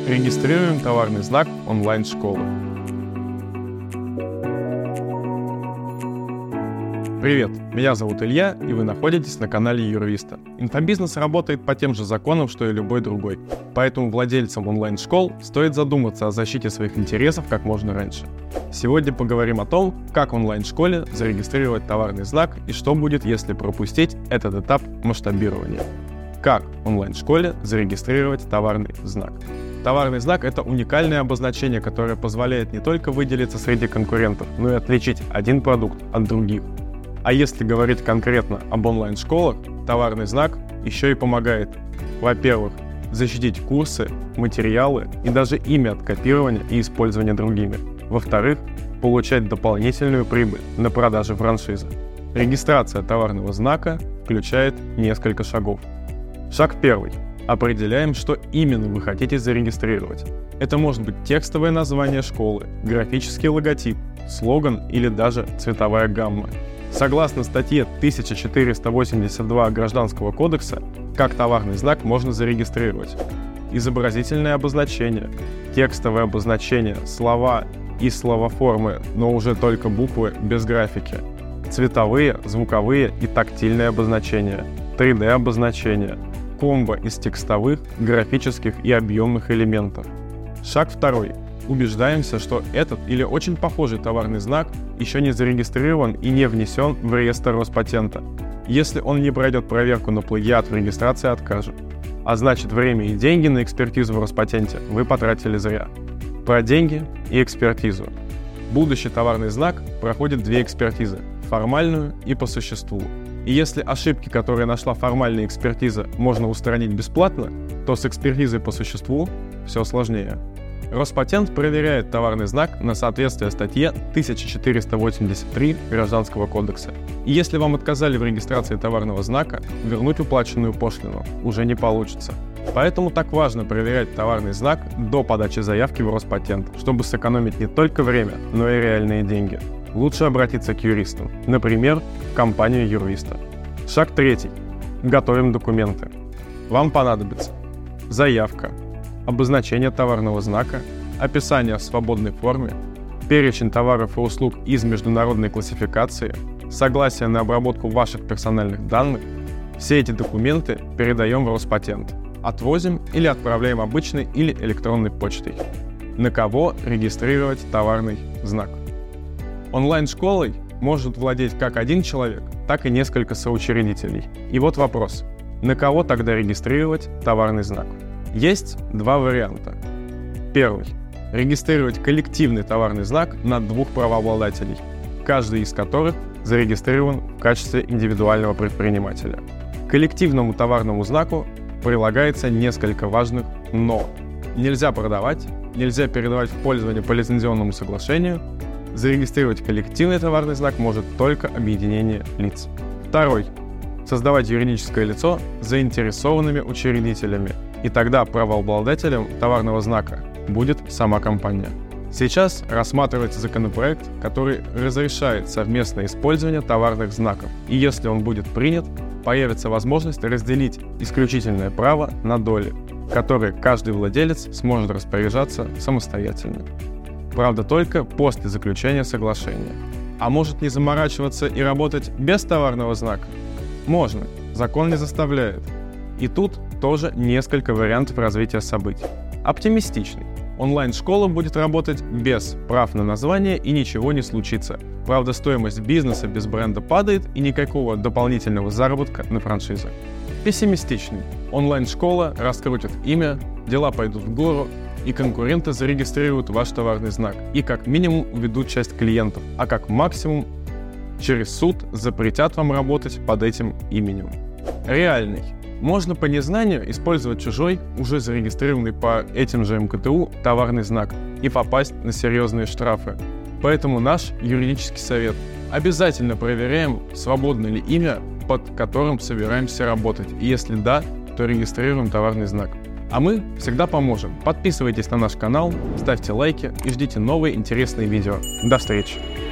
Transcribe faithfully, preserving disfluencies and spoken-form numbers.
Регистрируем товарный знак онлайн-школы. Привет, меня зовут Илья, и вы находитесь на канале Юрвиста. Инфобизнес работает по тем же законам, что и любой другой. Поэтому владельцам онлайн-школ стоит задуматься о защите своих интересов как можно раньше. Сегодня поговорим о том, как в онлайн-школе зарегистрировать товарный знак и что будет, если пропустить этот этап масштабирования. Как в онлайн-школе зарегистрировать товарный знак? Товарный знак — это уникальное обозначение, которое позволяет не только выделиться среди конкурентов, но и отличить один продукт от других. А если говорить конкретно об онлайн-школах, товарный знак еще и помогает, во-первых, защитить курсы, материалы и даже имя от копирования и использования другими. Во-вторых, получать дополнительную прибыль на продаже франшизы. Регистрация товарного знака включает несколько шагов. Шаг первый. Определяем, что именно вы хотите зарегистрировать. Это может быть текстовое название школы, графический логотип, слоган или даже цветовая гамма. Согласно статье тысяча четыреста восемьдесят два Гражданского кодекса, как товарный знак можно зарегистрировать: изобразительное обозначение, текстовое обозначение, слова и словоформы, но уже только буквы без графики, цветовые, звуковые и тактильные обозначения, три дэ обозначения, комбо из текстовых, графических и объемных элементов. Шаг второй. Убеждаемся, что этот или очень похожий товарный знак еще не зарегистрирован и не внесен в реестр Роспатента. Если он не пройдет проверку на плагиат, в регистрации откажут. А значит, время и деньги на экспертизу в Роспатенте вы потратили зря. Про деньги и экспертизу. Будущий товарный знак проходит две экспертизы – формальную и по существу. И если ошибки, которые нашла формальная экспертиза, можно устранить бесплатно, то с экспертизой по существу все сложнее. Роспатент проверяет товарный знак на соответствие статье тысяча четыреста восемьдесят три Гражданского кодекса. И если вам отказали в регистрации товарного знака, вернуть уплаченную пошлину уже не получится. Поэтому так важно проверять товарный знак до подачи заявки в Роспатент, чтобы сэкономить не только время, но и реальные деньги. Лучше обратиться к юристам, например, в компанию Юрвиста. Шаг третий. Готовим документы. Вам понадобится заявка, обозначение товарного знака, описание в свободной форме, перечень товаров и услуг из международной классификации, согласие на обработку ваших персональных данных. Все эти документы передаем в Роспатент, отвозим или отправляем обычной или электронной почтой. На кого регистрировать товарный знак? Онлайн-школой может владеть как один человек, так и несколько соучредителей. И вот вопрос: на кого тогда регистрировать товарный знак? Есть два варианта. Первый. Регистрировать коллективный товарный знак на двух правообладателей, каждый из которых зарегистрирован в качестве индивидуального предпринимателя. К коллективному товарному знаку прилагается несколько важных «но». Нельзя продавать, нельзя передавать в пользование по лицензионному соглашению. Зарегистрировать коллективный товарный знак может только объединение лиц. Второй. Создавать юридическое лицо с заинтересованными учредителями. И тогда правообладателем товарного знака будет сама компания. Сейчас рассматривается законопроект, который разрешает совместное использование товарных знаков. И если он будет принят, появится возможность разделить исключительное право на доли, которые каждый владелец сможет распоряжаться самостоятельно. Правда, только после заключения соглашения. А может не заморачиваться и работать без товарного знака? Можно, закон не заставляет. И тут тоже несколько вариантов развития событий. Оптимистичный. Онлайн-школа будет работать без прав на название и ничего не случится. Правда, стоимость бизнеса без бренда падает и никакого дополнительного заработка на франшизах. Пессимистичный. Онлайн-школа раскрутит имя, дела пойдут в гору, и конкуренты зарегистрируют ваш товарный знак и как минимум уведут часть клиентов, а как максимум через суд запретят вам работать под этим именем. Реальный. Можно по незнанию использовать чужой, уже зарегистрированный по этим же эм ка тэ у, товарный знак и попасть на серьезные штрафы. Поэтому наш юридический совет: обязательно проверяем, свободно ли имя, под которым собираемся работать, и если да, то регистрируем товарный знак. А мы всегда поможем. Подписывайтесь на наш канал, ставьте лайки и ждите новые интересные видео. До встречи!